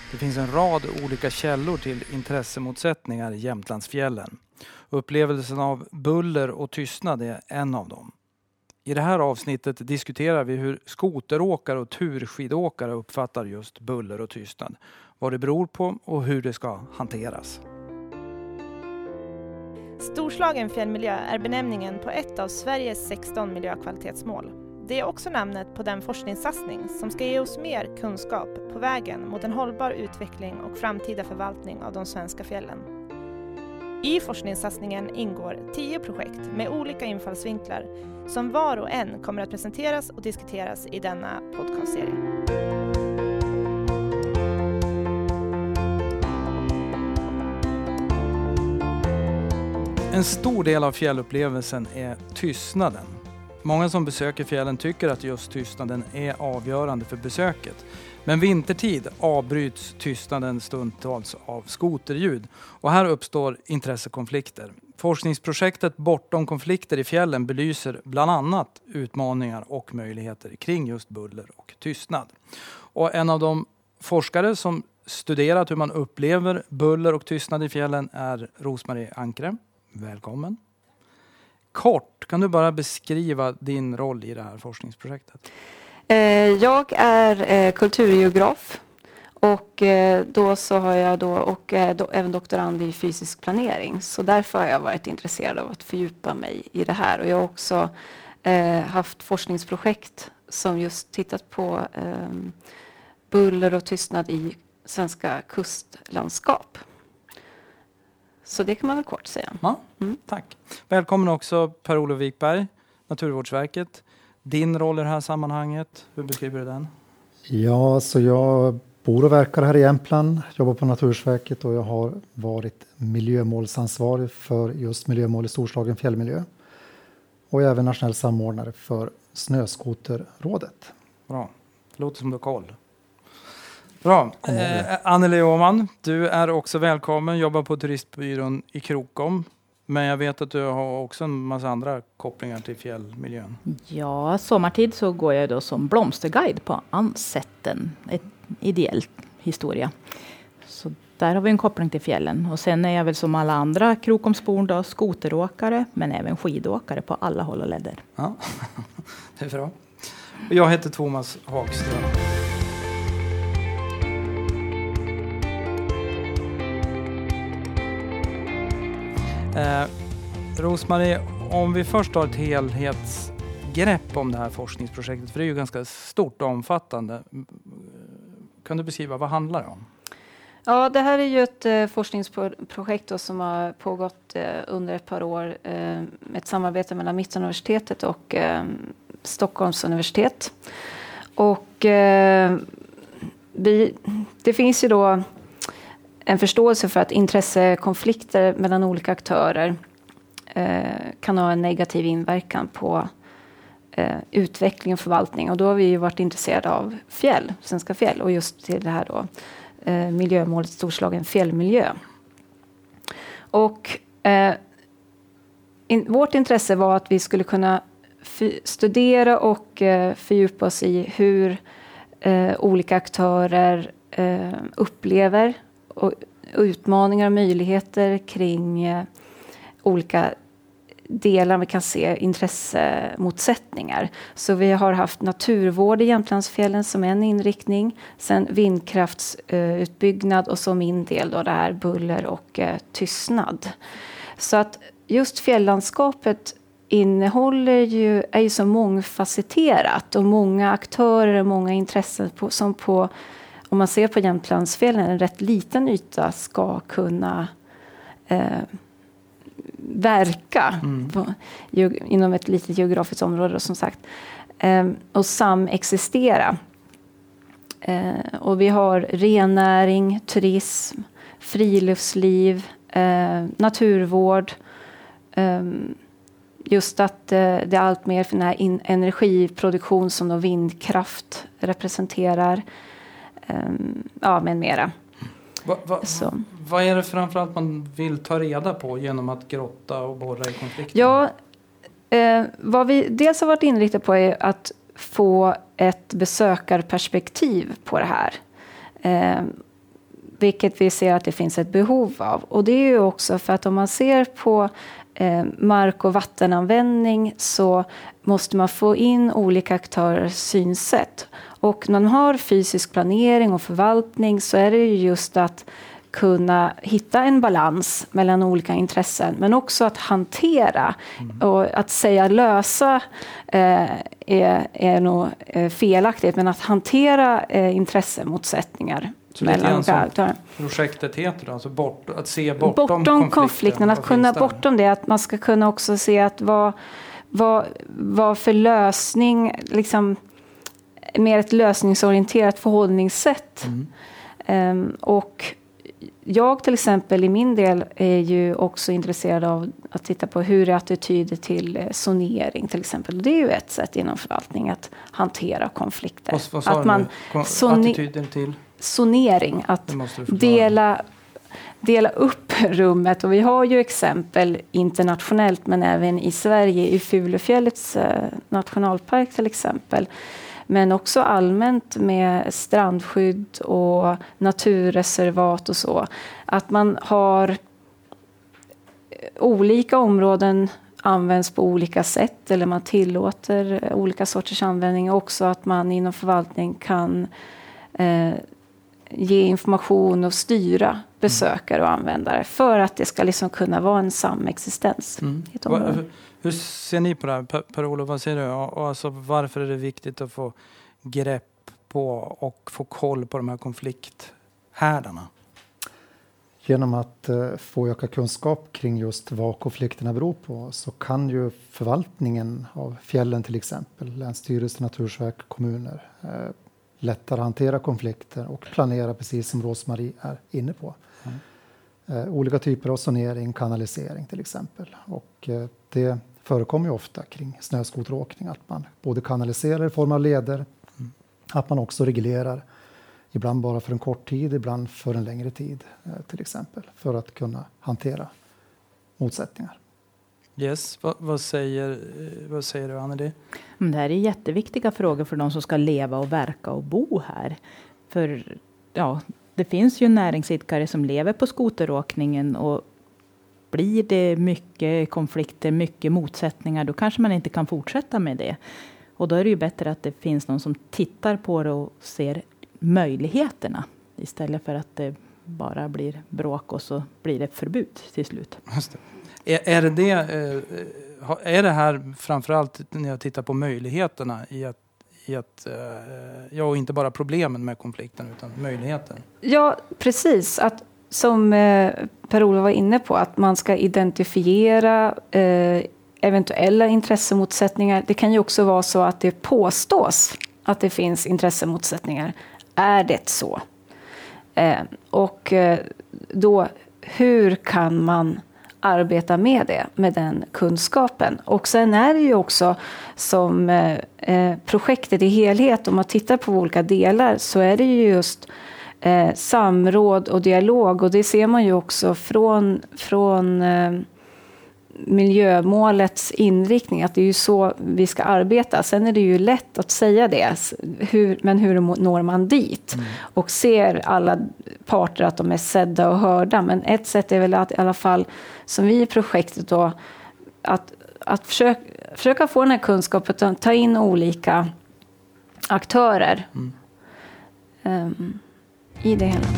Det finns en rad olika källor till intressemotsättningar i Jämtlandsfjällen. Upplevelsen av buller och tystnad är en av dem. I det här avsnittet diskuterar vi hur skoteråkare och turskidåkare uppfattar just buller och tystnad. Vad det beror på och hur det ska hanteras. Storslagen fjällmiljö är benämningen på ett av Sveriges 16 miljökvalitetsmål. Det är också namnet på den forskningssatsning som ska ge oss mer kunskap på vägen mot en hållbar utveckling och framtida förvaltning av de svenska fjällen. I forskningssatsningen ingår 10 projekt med olika infallsvinklar som var och en kommer att presenteras och diskuteras i denna podcastserie. En stor del av fjällupplevelsen är tystnaden. Många som besöker fjällen tycker att just tystnaden är avgörande för besöket. Men vintertid avbryts tystnaden stundtals av skoterljud. Och här uppstår intressekonflikter. Forskningsprojektet Bortom konflikter i fjällen belyser bland annat utmaningar och möjligheter kring just buller och tystnad. Och en av de forskare som studerat hur man upplever buller och tystnad i fjällen är Rosmarie Ankre. Välkommen. Kort, kan du bara beskriva din roll i det här forskningsprojektet? Jag är kulturgeograf och då så har jag även doktorand i fysisk planering. Så därför har jag varit intresserad av att fördjupa mig i det här. Och jag har också haft forskningsprojekt som just tittat på buller och tystnad i svenska kustlandskap. Så det kan man väl kort säga. Ja, tack. Välkommen också Per-Olof Wikberg, Naturvårdsverket. Din roll i det här sammanhanget, hur beskriver du den? Ja, så jag bor och verkar här i Jämtland, jobbar på Naturvårdsverket och jag har varit miljömålsansvarig för just miljömål i Storslagen fjällmiljö. Och även nationell samordnare för Snöskoterrådet. Bra, det låter som du har koll. Bra. Anneli Åman, du är också välkommen, jobbar på turistbyrån i Krokom. Men jag vet att du har också en massa andra kopplingar till fjällmiljön. Ja, sommartid så går jag då som blomsterguide på Ansätten, ett ideell historia. Så där har vi en koppling till fjällen. Och sen är jag väl som alla andra Krokomsbor då skoteråkare, men även skidåkare på alla håll och ledder. Ja, det är bra. Jag heter Thomas Hagström. Rosmarie, om vi först har ett helhetsgrepp om det här forskningsprojektet, för det är ju ganska stort och omfattande. Kan du beskriva vad handlar det om? Ja, det här är ju ett forskningsprojekt då, som har pågått under ett par år med ett samarbete mellan Mittuniversitetet och Stockholms universitet. Och det finns ju då en förståelse för att intressekonflikter mellan olika aktörer kan ha en negativ inverkan på utveckling och förvaltning. Och då har vi ju varit intresserade av svenska fjäll och just till det här då miljömålet Storslagen fjällmiljö. Och vårt intresse var att vi skulle kunna studera och fördjupa oss i hur olika aktörer upplever och utmaningar och möjligheter kring olika delar. Vi kan se intressemotsättningar. Så vi har haft naturvård i Jämtlandsfjällen som en inriktning. Sen vindkraftsutbyggnad och så min del då det här buller och tystnad. Så att just fjälllandskapet är ju så mångfacetterat och många aktörer och många intressen om man ser på Jämtlandsfjällen, en rätt liten yta ska kunna verka inom ett litet geografiskt område som sagt och samexistera. Och vi har rennäring, turism, friluftsliv, naturvård. Just att det är allt mer för den här energiproduktion som då vindkraft representerar. Med mera. Vad är det framförallt man vill ta reda på genom att grotta och borra i konflikten? Ja, vad vi dels har varit inriktade på är att få ett besökarperspektiv på det här. vilket vi ser att det finns ett behov av. Och det är ju också för att om man ser på mark- och vattenanvändning så måste man få in olika aktörers synsätt. Och när man har fysisk planering och förvaltning så är det ju just att kunna hitta en balans mellan olika intressen, men också att hantera och att säga lösa är nog felaktigt, men att hantera intressemotsättningar mellan olika aktörer. Projektet heter då, alltså att se bortom konflikten, att kunna bortom det, att man ska kunna också se att vad för lösning, liksom mer ett lösningsorienterat förhållningssätt. Och jag till exempel i min del är ju också intresserad av att titta på hur är attityder till zonering till exempel. Det är ju ett sätt inom förvaltning att hantera konflikter. Vad sa att man attityden till? Zonering, att dela upp rummet. Och vi har ju exempel internationellt men även i Sverige i Fulufjällets nationalpark till exempel. Men också allmänt med strandskydd och naturreservat och så. Att man har olika områden används på olika sätt. Eller man tillåter olika sorters användning. Också att man inom förvaltning kan ge information och styra besökare och användare. För att det ska liksom kunna vara en samexistens. I ett område. Hur ser ni på det här? Per-Olof, vad säger du? Alltså, varför är det viktigt att få grepp på och få koll på de här konflikthärdarna? Genom att få öka kunskap kring just vad konflikterna beror på så kan ju förvaltningen av fjällen till exempel, länsstyrelser, naturvårdsverk, kommuner lättare hantera konflikter och planera precis som Rosmarie är inne på. Olika typer av zonering, kanalisering till exempel. Och det förekommer ju ofta kring snöskoteråkning att man både kanaliserar i form av leder, att man också reglerar, ibland bara för en kort tid, ibland för en längre tid till exempel, för att kunna hantera motsättningar. Yes, vad säger du, Anneli? Det här är jätteviktiga frågor för de som ska leva och verka och bo här. För det finns ju näringsidkare som lever på skoteråkningen och blir det mycket konflikter, mycket motsättningar, då kanske man inte kan fortsätta med det. Och då är det ju bättre att det finns någon som tittar på det och ser möjligheterna istället för att det bara blir bråk och så blir det förbud till slut. Just det. Är det här framförallt när jag tittar på möjligheterna och inte bara problemen med konflikten utan möjligheten? Ja, precis. Att, som Per-Olof var inne på, att man ska identifiera eventuella intressemotsättningar. Det kan ju också vara så att det påstås att det finns intressemotsättningar. Är det så? Och då, hur kan man arbeta med det, med den kunskapen? Och sen är det ju också som projektet i helhet, om man tittar på olika delar, så är det ju just samråd och dialog. Och det ser man ju också från miljömålets inriktning, att det är ju så vi ska arbeta. Sen är det ju lätt att säga det, men hur når man dit? Och ser alla parter att de är sedda och hörda. Men ett sätt är väl att i alla fall, som vi i projektet då, att försöka få den här kunskapen, att ta in olika aktörer i det hela.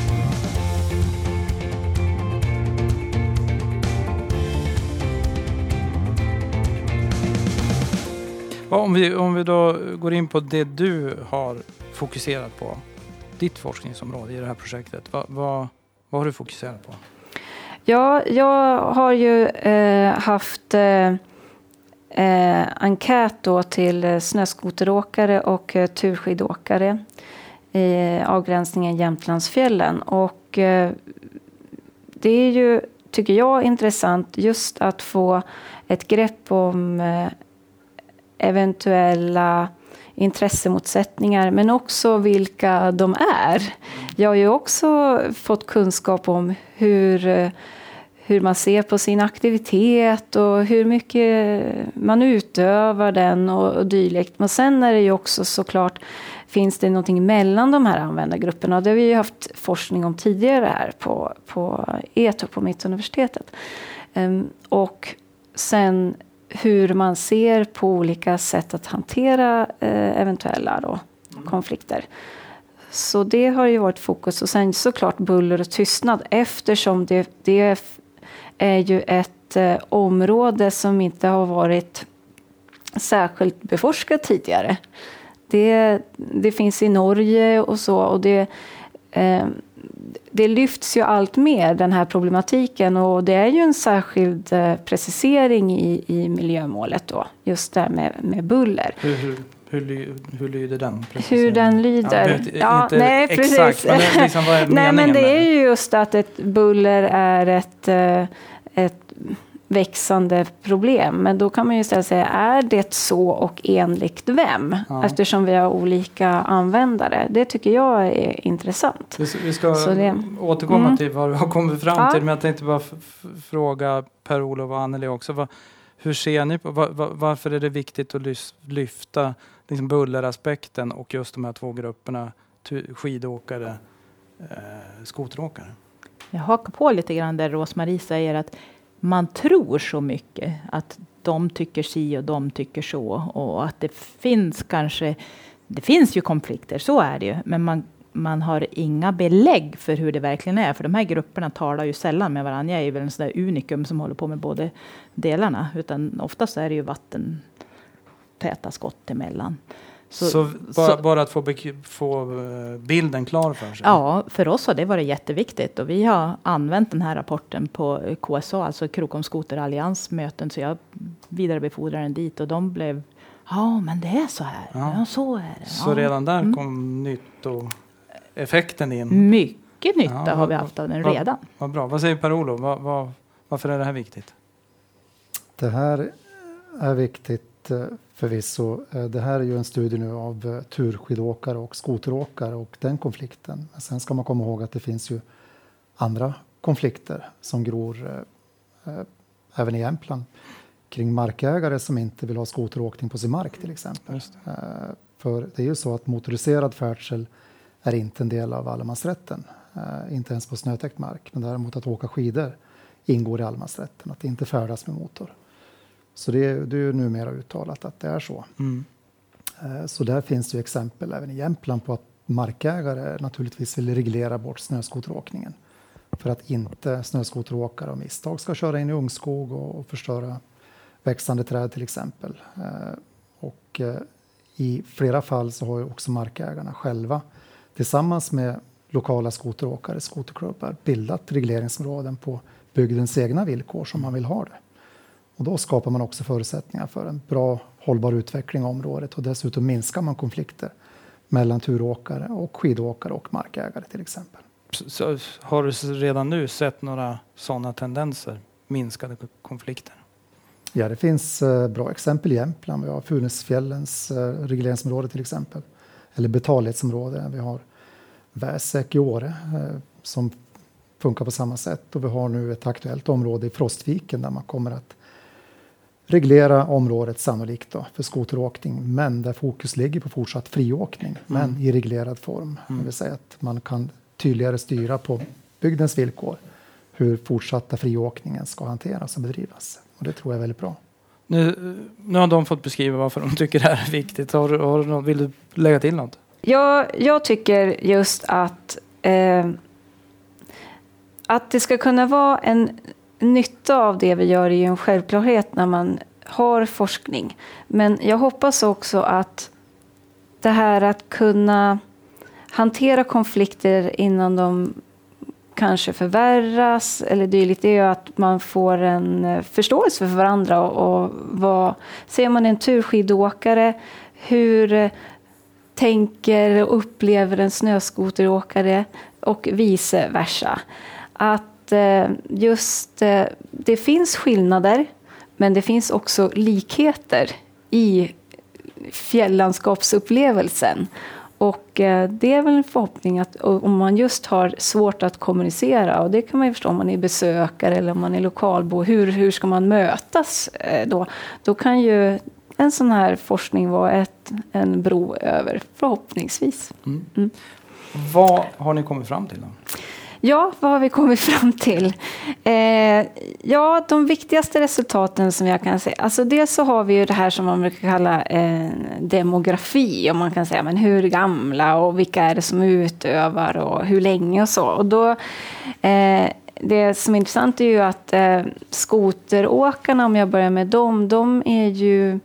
Om vi då går in på det du har fokuserat på, ditt forskningsområde i det här projektet, vad har du fokuserat på? Ja, jag har ju haft enkät då till snöskoteråkare och turskidåkare i avgränsningen Jämtlandsfjällen. Och det är ju, tycker jag, intressant just att få ett grepp om eventuella intressemotsättningar, men också vilka de är. Jag har ju också fått kunskap om hur hur man ser på sin aktivitet och hur mycket man utövar den och dylikt. Men sen är det ju också såklart, finns det någonting mellan de här användargrupperna? Det har vi ju haft forskning om tidigare här på ETO på Mittuniversitetet. Och sen hur man ser på olika sätt att hantera eventuella då, konflikter. Så det har ju varit fokus. Och sen såklart buller och tystnad, eftersom det är ju ett område som inte har varit särskilt beforskat tidigare. Det finns i Norge och så, och det lyfts ju allt mer, den här problematiken, och det är ju en särskild precisering i miljömålet då, just där med buller. Hur lyder den? Hur den lyder? Ja, inte nej, exakt, men det, liksom, vad är nej, men det är ju just att ett buller är ett växande problem. Men då kan man ju ställa sig, är det så och enligt vem? Ja. Eftersom vi har olika användare. Det tycker jag är intressant. Vi ska återkomma till vad vi har kommit fram till. Men jag tänkte bara fråga Per-Olof och Anneli också. Hur ser ni på, varför är det viktigt att lyfta liksom bulleraspekten och just de här två grupperna, skidåkare, skoteråkare? Jag hakar på lite grann där Rosmarie säger att man tror så mycket att de tycker si och de tycker så, och att det finns ju konflikter, så är det ju, men man har inga belägg för hur det verkligen är, för de här grupperna talar ju sällan med varandra. Jag är väl en sån där unikum som håller på med båda delarna, utan oftast är det ju vattentäta skott emellan. Så bara att få bilden klar för sig? Ja, för oss har det varit jätteviktigt, och vi har använt den här rapporten på KSA, alltså Krokom Skoterallians möten, så jag vidarebefordrar den dit, och de blev, men det är så här. Ja, så är det. Så redan där kom nyttoeffekten in? Mycket nytta har vi haft av den redan. Vad bra. Vad säger Per-Olof? Varför är det här viktigt? Det här är viktigt förvisso. Det här är ju en studie nu av turskidåkare och skoteråkare och den konflikten. Men sen ska man komma ihåg att det finns ju andra konflikter som gror även i Jämtland kring markägare som inte vill ha skoteråkning på sin mark till exempel. För det är ju så att motoriserad färdsel är inte en del av allemansrätten. Inte ens på snötäckt mark. Men däremot att åka skidor ingår i allemansrätten. Att inte färdas med motor. Så det är ju numera uttalat att det är så. Så där finns det ju exempel även i Jämtland på att markägare naturligtvis vill reglera bort snöskoteråkningen. För att inte snöskoteråkare av misstag ska köra in i ungskog och förstöra växande träd till exempel. Och i flera fall så har ju också markägarna själva tillsammans med lokala skoteråkare, skoterklubbar, bildat regleringsområden på bygdens egna villkor som man vill ha det. Och då skapar man också förutsättningar för en bra hållbar utveckling av området, och dessutom minskar man konflikter mellan turåkare och skidåkare och markägare till exempel. Så har du redan nu sett några sådana tendenser, minskade konflikter? Ja, det finns bra exempel i Jämtland. Vi har Funäsfjällens regleringsområde till exempel, eller betalighetsområde. Vi har Väsäk i Åre som funkar på samma sätt, och vi har nu ett aktuellt område i Frostviken där man kommer att reglera området sannolikt då för skoteråkning, men där fokus ligger på fortsatt friåkning, men i reglerad form. Det vill säga att man kan tydligare styra på bygdens villkor hur fortsatta friåkningen ska hanteras och bedrivas. Och det tror jag är väldigt bra. Nu har de fått beskriva varför de tycker det här är viktigt. Vill du lägga till något? Jag tycker just att det ska kunna vara en nytta av det vi gör är ju en självklarhet när man har forskning. Men jag hoppas också att det här att kunna hantera konflikter innan de kanske förvärras eller dylikt, det är ju att man får en förståelse för varandra. Och ser man en turskidåkare, hur tänker och upplever en snöskoteråkare och vice versa. Att det finns skillnader, men det finns också likheter i fjällandskapsupplevelsen. Och det är väl en förhoppning att om man just har svårt att kommunicera, och det kan man ju förstå om man är besökare eller om man är lokalbo, hur ska man mötas då? Då kan ju en sån här forskning vara en bro över, förhoppningsvis. Vad har ni kommit fram till då? Ja, vad har vi kommit fram till? De viktigaste resultaten som jag kan säga. Alltså dels så har vi ju det här som man brukar kalla demografi. Och man kan säga men hur gamla och vilka är det som utövar och hur länge och så. Och då, det som är intressant är ju att skoteråkarna, om jag börjar med dem, de är ju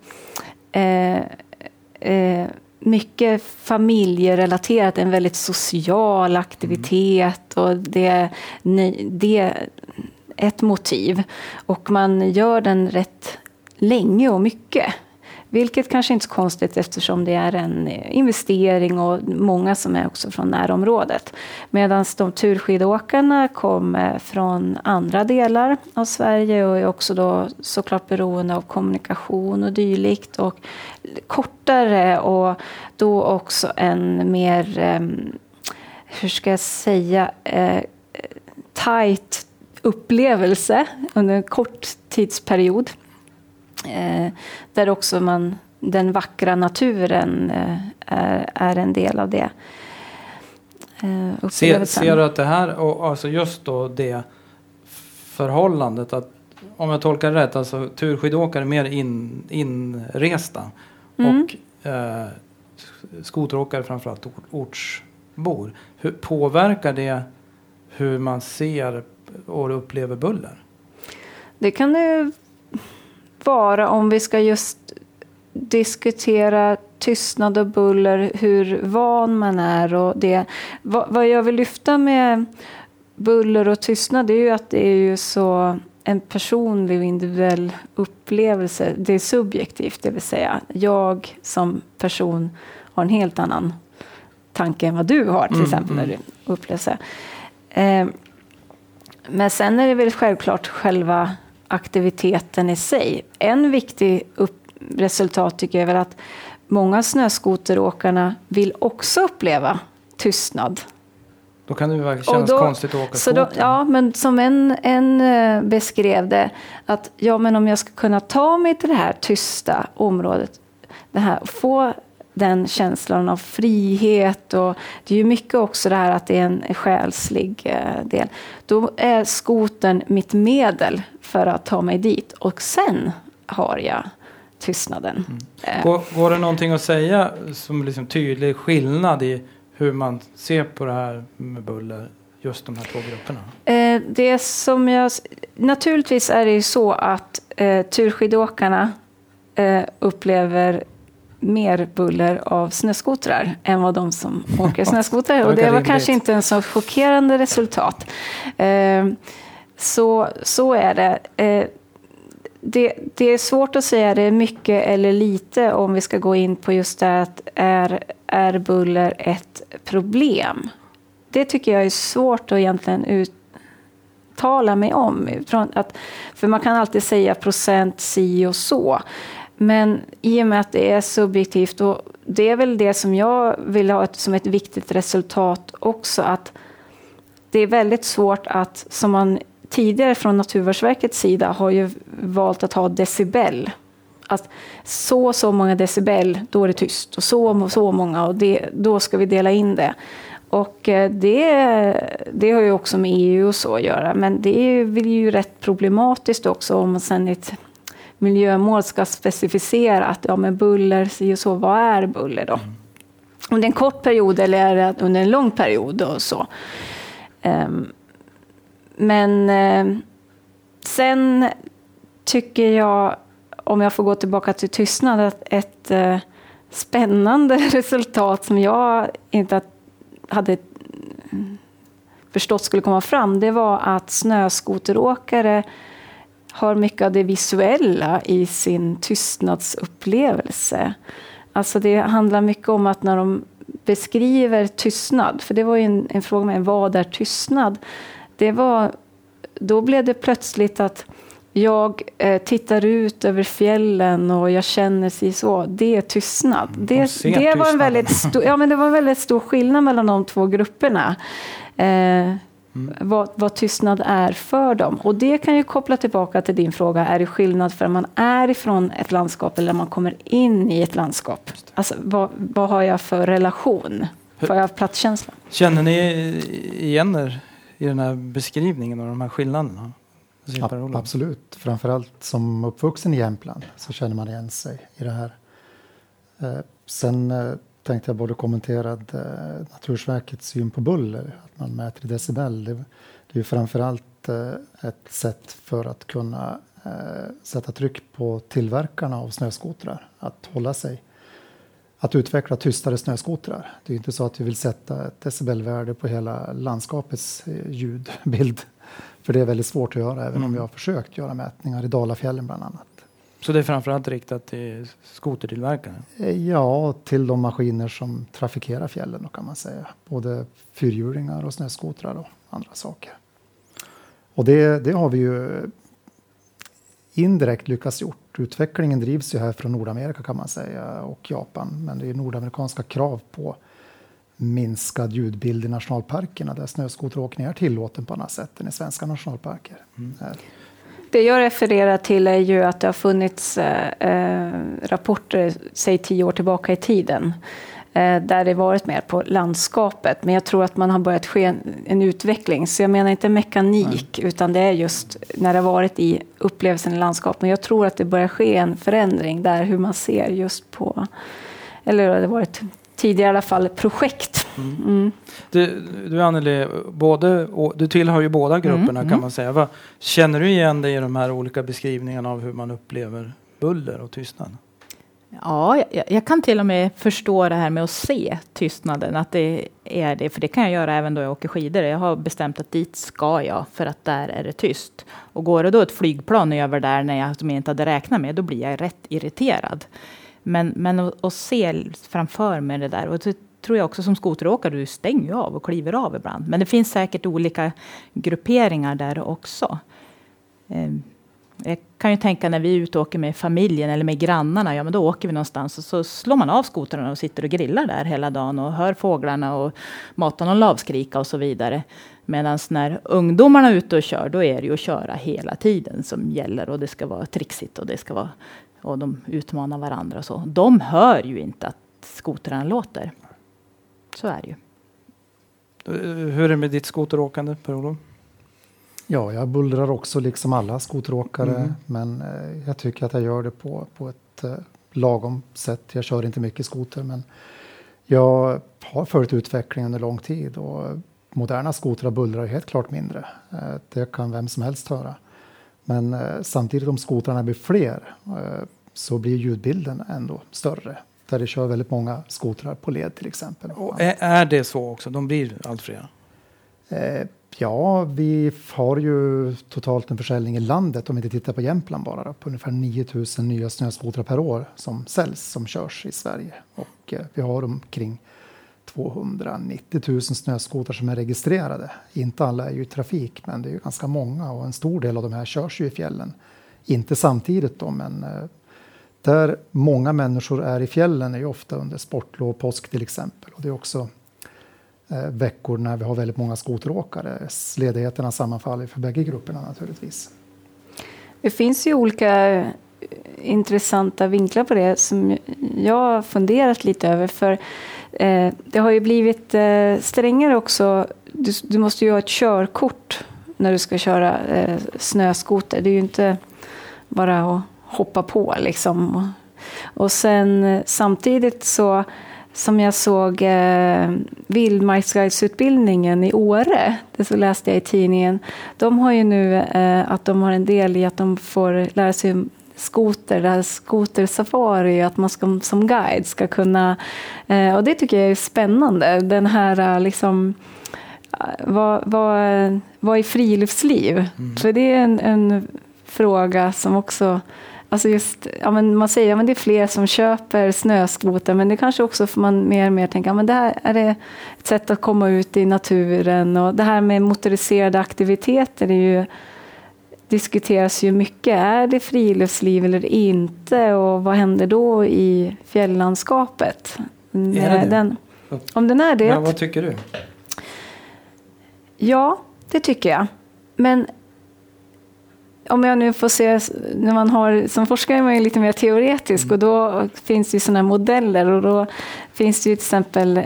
mycket familjerelaterat, en väldigt social aktivitet och det är ett motiv. Och man gör den rätt länge och mycket. Vilket kanske inte är så konstigt eftersom det är en investering och många som är också från närområdet. Medan de turskidåkarna kommer från andra delar av Sverige och är också då såklart beroende av kommunikation och dylikt. Och kortare och då också en mer, hur ska jag säga, tight upplevelse under en kort tidsperiod. Där också den vackra naturen är en del av det. Ser du att det här, och alltså just då det förhållandet att, om jag tolkar rätt, alltså turskidåkare är mer inresta och skoteråkare framförallt ortsbor. Hur påverkar det hur man ser och upplever buller? Det kan det vara om vi ska just diskutera tystnad och buller, hur van man är och det. Vad jag vill lyfta med buller och tystnad, det är ju att det är ju så en personlig och individuell upplevelse. Det är subjektivt, det vill säga jag som person har en helt annan tanke än vad du har till exempel när du upplever. Men sen är det väl självklart själva aktiviteten i sig. En viktig resultat tycker jag är väl att många snöskoteråkarna vill också uppleva tystnad. Då kan det ju kännas konstigt att åka skoter. Ja, men som en beskrev det, att men om jag ska kunna ta mig till det här tysta området, få den känslan av frihet, och det är ju mycket också det här att det är en själslig del. Då är skoten mitt medel för att ta mig dit, och sen har jag tystnaden. Går det någonting att säga som liksom tydlig skillnad i hur man ser på det här med buller, just de här två grupperna? Det som naturligtvis är det ju så att turskidåkarna upplever mer buller av snöskotrar än vad de som åker snöskotrar. Och det var kanske inte en så chockerande resultat. Så är det. Det är svårt att säga det är mycket eller lite om vi ska gå in på just det att är buller ett problem. Det tycker jag är svårt att egentligen uttala mig om. För man kan alltid säga procent si och så. Men i och med att det är subjektivt, och det är väl det som jag vill ha som ett viktigt resultat också, att det är väldigt svårt att, som man tidigare från Naturvårdsverkets sida har ju valt att ha decibel. Att så många decibel, då är det tyst, och så många, och då ska vi dela in det. Och det har ju också med EU och så att göra, men det är ju rätt problematiskt också om man sen ett miljömål ska specificera att men buller, så vad är buller då? Om det är en kort period eller är det under en lång period och så. Men sen tycker jag, om jag får gå tillbaka till tystnad, att ett spännande resultat som jag inte hade förstått skulle komma fram, det var att snöskoteråkare har mycket av det visuella i sin tystnadsupplevelse. Alltså det handlar mycket om att när de beskriver tystnad, för det var ju en fråga med vad är tystnad? Då blev det plötsligt att jag tittar ut över fjällen och jag känner sig så. Det är tystnad. Det var en väldigt stor skillnad mellan de två grupperna. Vad tystnad är för dem. Och det kan ju koppla tillbaka till din fråga. Är det skillnad för att man är ifrån ett landskap eller man kommer in i ett landskap? Alltså, vad har jag för relation? Vad har jag för platskänsla? Känner ni igen er i den här beskrivningen av de här skillnaderna? Ja, absolut. Framförallt som uppvuxen i Jämtland så känner man igen sig i det här. Sen tänkte jag både kommentera Naturvårdsverkets syn på buller. Att man mäter i decibel. Det är ju framförallt ett sätt för att kunna sätta tryck på tillverkarna av snöskotrar. Att hålla sig. Att utveckla tystare snöskotrar. Det är inte så att vi vill sätta ett decibelvärde på hela landskapets ljudbild. För det är väldigt svårt att göra även om vi har försökt göra mätningar i Dalafjällen bland annat. Så det är framförallt riktat till skotertillverkare? Ja, till de maskiner som trafikerar fjällen då kan man säga. Både fyrhjulingar och snöskotrar och andra saker. Och det har vi ju indirekt lyckats gjort. Utvecklingen drivs ju här från Nordamerika kan man säga och Japan. Men det är nordamerikanska krav på minskad ljudbild i nationalparkerna där snöskoteråkning är tillåten på annat sätt än i svenska nationalparker. Det jag refererar till är ju att det har funnits rapporter, säg 10 år tillbaka i tiden, där det varit mer på landskapet. Men jag tror att man har börjat ske en utveckling. Så jag menar inte mekanik, utan det är just när det har varit i upplevelsen i landskapet. Men jag tror att det börjar ske en förändring där hur man ser just på, eller det har varit tidigare i alla fall, projekt. Du Anneli, du tillhör ju båda grupperna kan man säga. Känner du igen dig i de här olika beskrivningarna av hur man upplever buller och tystnad? Ja, jag kan till och med förstå det här med att se tystnaden. Att det är det, för det kan jag göra även då jag åker skidor. Jag har bestämt att dit ska jag för att där är det tyst. Och går det då ett flygplan över där som jag inte hade räknat med, då blir jag rätt irriterad. Men att se framför mig det där, och det tror jag också som skoteråkare, du stänger av och kliver av ibland. Men det finns säkert olika grupperingar där också. Jag kan ju tänka när vi är ute och åker med familjen eller med grannarna, ja men då åker vi någonstans och så slår man av skotrarna och sitter och grillar där hela dagen och hör fåglarna och matar någon lavskrika och så vidare. Medan när ungdomarna är ute och kör, då är det ju att köra hela tiden som gäller och det ska vara trixigt och det ska vara, och de utmanar varandra och så. De hör ju inte att skotrarna låter. Så är det ju. Hur är det med ditt skoteråkande, Per-Olof? Ja, jag bullrar också liksom alla skoteråkare. Men jag tycker att jag gör det på ett lagom sätt. Jag kör inte mycket skoter, men jag har följt utvecklingen under lång tid. Och moderna skotrar bullrar helt klart mindre. Det kan vem som helst höra. Men samtidigt om skotrarna blir fler så blir ljudbilden ändå större. Där det kör väldigt många skotrar på led till exempel. Och är det så också? De blir allt fler? Ja, vi har ju totalt en försäljning i landet, om vi inte tittar på Jämtland bara, då, på ungefär 9000 nya snöskotrar per år som säljs, som körs i Sverige. Och vi har omkring 290 000 snöskotrar som är registrerade. Inte alla är ju i trafik, men det är ju ganska många och en stor del av de här körs ju i fjällen. Inte samtidigt då, men där många människor är i fjällen är ju ofta under sportlov och påsk till exempel. Och det är också veckor när vi har väldigt många skoteråkare. Ledigheterna sammanfaller för bägge grupperna naturligtvis. Det finns ju olika intressanta vinklar på det som jag har funderat lite över. För det har ju blivit strängare också. Du måste ju ha ett körkort när du ska köra snöskoter. Det är ju inte bara att hoppa på liksom. Och sen samtidigt så, som jag såg vildmarksguidesutbildningen i Åre, det så läste jag i tidningen. De har ju nu att de har en del i att de får lära sig skoter, det här skotersafari, att man ska, som guide ska kunna, och det tycker jag är spännande. Den här liksom, vad är friluftsliv? För det är en fråga som också, alltså just, ja, men man säger att det är fler som köper snöskoter, men det kanske också får man mer och mer tänka, men det här är det ett sätt att komma ut i naturen, och det här med motoriserade aktiviteter är ju diskuteras ju mycket. Är det friluftsliv eller inte? Och vad händer då i fjälllandskapet? Är det? Om den är det. Ja, vad tycker du? Ja, det tycker jag. Men om jag nu får se, när man har, som forskare är man ju lite mer teoretisk och då finns det ju sådana modeller och då finns det ju till exempel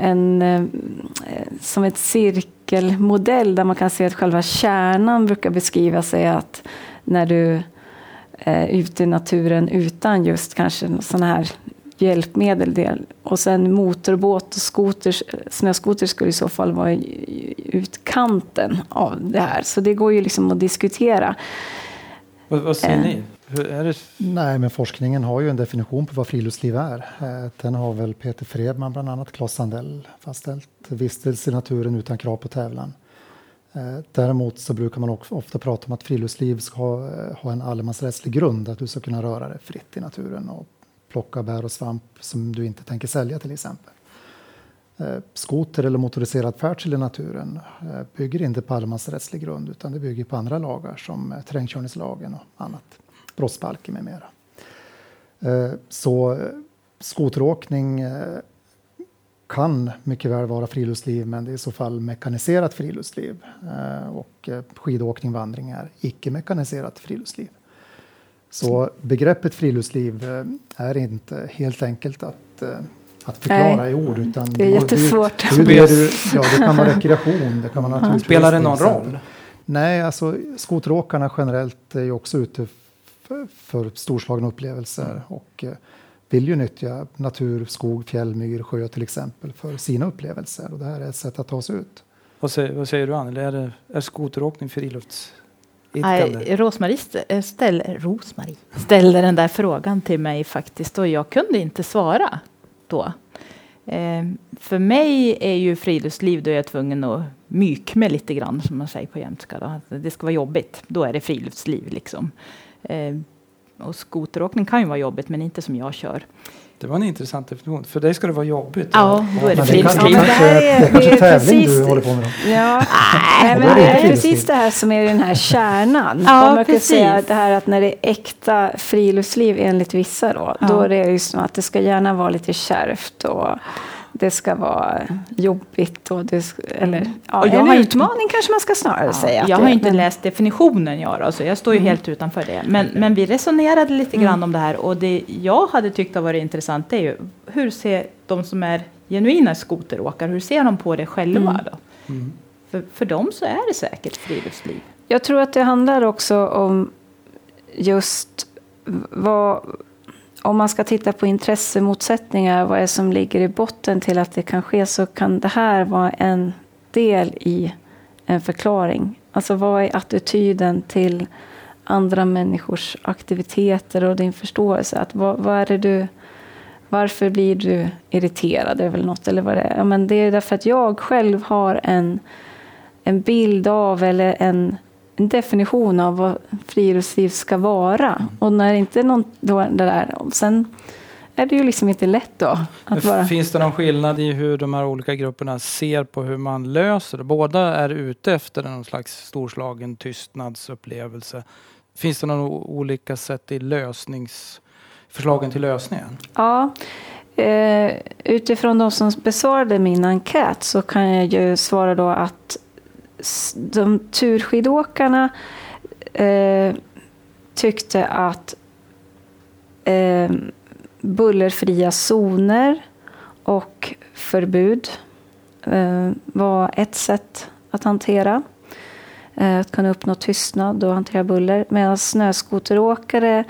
som ett cirkelmodell där man kan se att själva kärnan brukar beskriva sig att när du är ute i naturen utan just kanske sådana här hjälpmedel och sen motorbåt och snöskoter skulle i så fall vara i utkanten av det här. Så det går ju liksom att diskutera. Vad säger ni? Hur är det? Nej, men forskningen har ju en definition på vad friluftsliv är. Den har väl Peter Fredman bland annat, Claes Sandell fastställt. Vistelse i naturen utan krav på tävlan. Däremot så brukar man också ofta prata om att friluftsliv ska ha en allemansrättslig grund. Att du ska kunna röra dig fritt i naturen och plocka bär och svamp som du inte tänker sälja till exempel. Skoter eller motoriserad färdsel i naturen bygger inte på allemansrättslig grund utan det bygger på andra lagar som terrängkörningslagen och annat. Brottsbalken med mera. Så skoteråkning kan mycket väl vara friluftsliv men det är i så fall mekaniserat friluftsliv. Och skidåkning, vandring är icke-mekaniserat friluftsliv. Så begreppet friluftsliv är inte helt enkelt att förklara i ord. Utan det är jättesvårt. Det kan vara rekreation. Det kan vara naturturism. Spelar det någon roll? Nej, alltså skoteråkarna generellt är ju också ute för storslagna upplevelser och vill ju nyttja natur, skog, fjäll, myr, sjö till exempel för sina upplevelser. Och det här är ett sätt att ta sig ut. Vad säger du, Anneli? Är skoteråkning frilufts? Nej, Rosmarie ställde den där frågan till mig faktiskt och jag kunde inte svara då. För mig är ju friluftsliv då är jag tvungen att mykme lite grann som man säger på jämtska. Då. Det ska vara jobbigt, då är det friluftsliv liksom. Och skoteråkning kan ju vara jobbigt men inte som jag kör. Det var en intressant definition. För dig ska det vara jobbigt. Ja, då är det friluftsliv. Det är kanske tävling precis, du håller på med då. Ja, men det är precis det här som är den här kärnan. Ja, man kan säga det här att när det är äkta friluftsliv enligt vissa då är det ju så att det ska gärna vara lite kärvt och det ska vara jobbigt och en utmaning kanske man ska snarare säga. Jag har inte läst definitionen alltså jag står ju helt utanför det. Men vi resonerade lite grann om det här och det jag hade tyckt har varit intressant är ju hur ser de som är genuina skoteråkare, hur ser de på det själva då? För dem så är det säkert friluftsliv. Jag tror att det handlar också om just om man ska titta på intressemotsättningar, vad är som ligger i botten till att det kan ske, så kan det här vara en del i en förklaring. Alltså vad är attityden till andra människors aktiviteter och din förståelse? Att vad är det varför blir du irriterad över något eller vad det är? Ja, men det är därför att jag själv har en bild av eller en definition av vad friluftsliv ska vara. Och när inte någon då det där, sen är det ju liksom inte lätt då att vara. Finns det någon skillnad i hur de här olika grupperna ser på hur man löser det? Båda är ute efter någon slags storslagen tystnadsupplevelse. Finns det några olika sätt i förslagen till lösningen? Ja, utifrån de som besvarade min enkät så kan jag ju svara då att de turskidåkarna tyckte att bullerfria zoner och förbud var ett sätt att hantera. Att kunna uppnå tystnad och hantera buller. Medan snöskoteråkare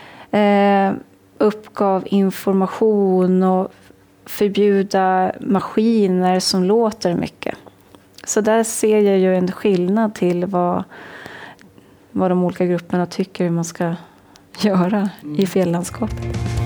uppgav information och förbjuda maskiner som låter mycket. Så där ser jag ju en skillnad till vad de olika grupperna tycker man ska göra i fjälllandskapet.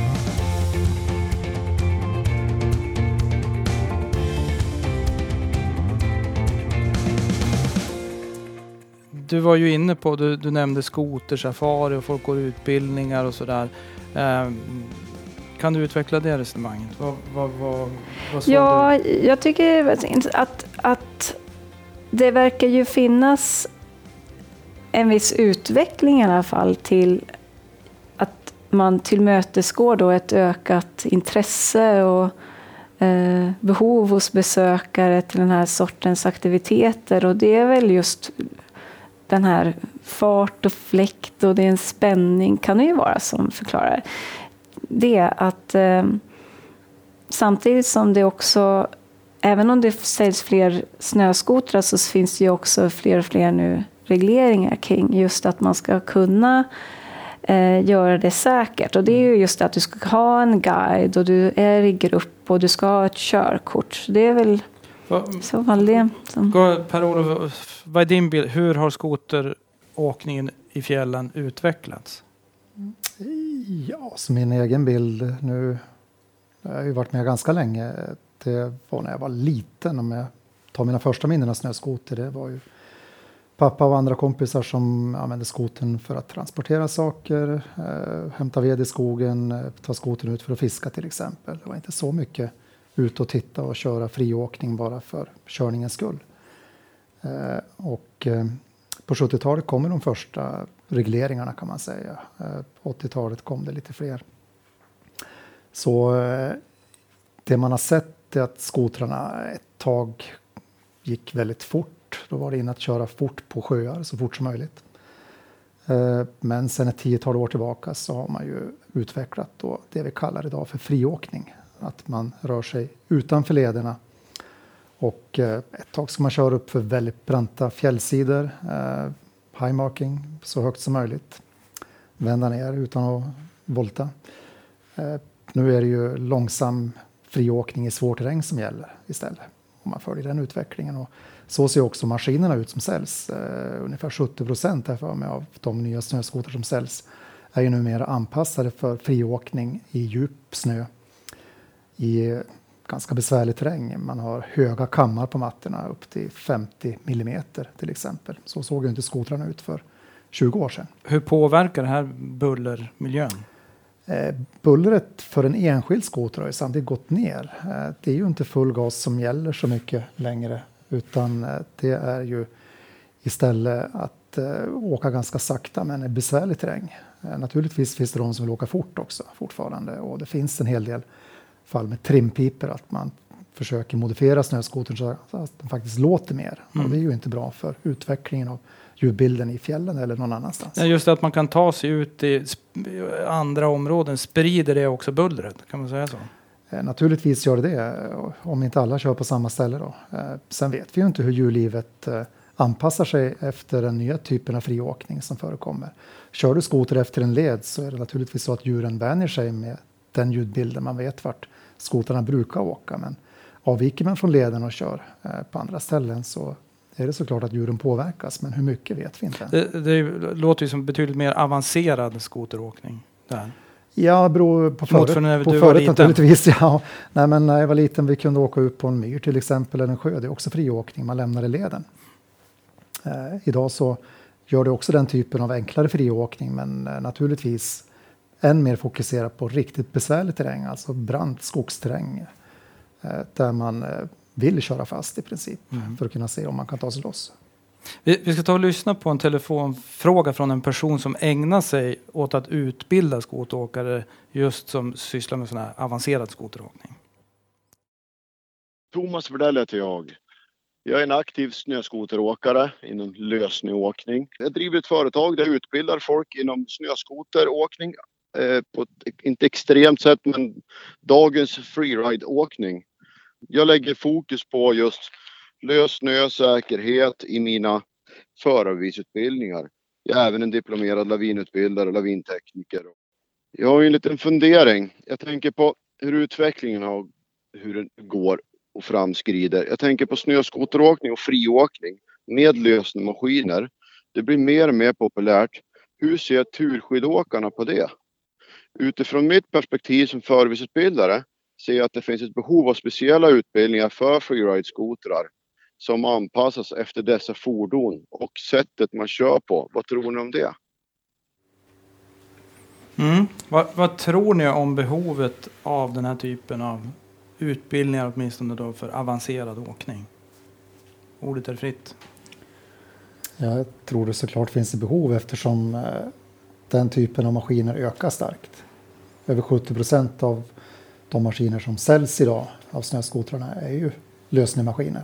Du var ju inne på, du nämnde skotersafari och folk går utbildningar och sådär. Kan du utveckla det resonemanget? Vad ja, du? Jag tycker att det verkar ju finnas en viss utveckling i alla fall till att man tillmötesgår då ett ökat intresse och behov hos besökare till den här sortens aktiviteter. Och det är väl just den här fart och fläkt och det är en spänning kan det ju vara som förklarar det. Att samtidigt som det också, även om det säljs fler snöskotrar, så finns det ju också fler och fler nu regleringar kring just att man ska kunna göra det säkert. Och det är ju just att du ska ha en guide och du är i grupp och du ska ha ett körkort. Det är väl så vanligt. Per-Olof, vad är din bild? Hur har skoteråkningen i fjällen utvecklats? Ja, så min egen bild nu, jag har ju varit med ganska länge. Det var när jag var liten, om jag tar mina första minnen av snöskoter. Det var ju pappa och andra kompisar som använde skoten för att transportera saker, hämta ved i skogen, ta skoten ut för att fiska till exempel. Det var inte så mycket ut och titta och köra friåkning bara för körningens skull. Och på 70-talet kommer de första regleringarna kan man säga. På 80-talet kom det lite fler. Så det man har sett är att skotrarna ett tag gick väldigt fort. Då var det in att köra fort på sjöar så fort som möjligt. Men sen ett 10-tal år tillbaka så har man ju utvecklat då det vi kallar idag för friåkning. Att man rör sig utanför lederna. Och ett tag ska man köra upp för väldigt branta fjällsidor. Highmarking så högt som möjligt. Vända ner utan att volta. Nu är det ju långsam friåkning i svår terräng som gäller istället. Om man följer den utvecklingen. Och så ser också maskinerna ut som säljs. Ungefär 70% därför med av de nya snöskoter som säljs är ju numera anpassade för friåkning i djup snö. I ganska besvärlig terräng. Man har höga kammar på mattorna upp till 50 millimeter till exempel. Så såg ju inte skotrarna ut för 20 år sedan. Hur påverkar det här bullermiljön? Bullret för en enskild skoter har ju samtidigt gått ner. Det är ju inte full gas som gäller så mycket längre. Utan det är ju istället att åka ganska sakta men en besvärlig terräng. Naturligtvis finns det de som vill åka fort också fortfarande. Och det finns en hel del fall med trimpiper att man försöker modifiera snöskotern så att den faktiskt låter mer. Och det är ju inte bra för utvecklingen av ljudbilden i fjällen eller någon annanstans. Ja, just att man kan ta sig ut i andra områden, sprider det också bullret, kan man säga så? Naturligtvis gör det, om inte alla kör på samma ställe då. Sen vet vi ju inte hur djurlivet anpassar sig efter den nya typen av friåkning som förekommer. Kör du skoter efter en led så är det naturligtvis så att djuren vänjer sig med den ljudbilden. Man vet vart skotarna brukar åka, men avviker man från leden och kör på andra ställen så är det såklart att djuren påverkas, men hur mycket vet vi inte. Det låter ju som betydligt mer avancerad skoteråkning där. Ja, beror på förut naturligtvis. Ja. Nej, men när jag var liten vi kunde åka upp på en myr till exempel eller en sjö. Det är också friåkning, man lämnade leden. Idag så gör det också den typen av enklare friåkning, men naturligtvis än mer fokuserat på riktigt besvärlig terräng, alltså brant skogsterräng där man vill köra fast i princip för att kunna se om man kan ta sig loss. Vi ska ta och lyssna på en telefonfråga från en person som ägnar sig åt att utbilda skoteråkare just som sysslar med sån här avancerad skoteråkning. Thomas Verdell heter jag. Jag är en aktiv snöskoteråkare inom lössnöåkning. Jag driver ett företag där jag utbildar folk inom snöskoteråkning på ett inte extremt sätt, men dagens freeride-åkning. Jag lägger fokus på just lössnösäkerhet i mina förarbevisutbildningar. Jag är även en diplomerad lavinutbildare, lavintekniker. Jag har en liten fundering. Jag tänker på hur utvecklingen och hur den går och framskrider. Jag tänker på snöskoteråkning och friåkning med lössnömaskiner. Det blir mer och mer populärt. Hur ser turskidåkarna på det? Utifrån mitt perspektiv som förarbevisutbildare ser jag att det finns ett behov av speciella utbildningar för freeride-skotrar som anpassas efter dessa fordon och sättet man kör på. Vad tror ni om det? Vad tror ni om behovet av den här typen av utbildningar, åtminstone då för avancerad åkning? Ordet är fritt. Jag tror det såklart finns ett behov eftersom den typen av maskiner ökar starkt. Över 70% av de maskiner som säljs idag av snöskotrarna är ju lösningsmaskiner.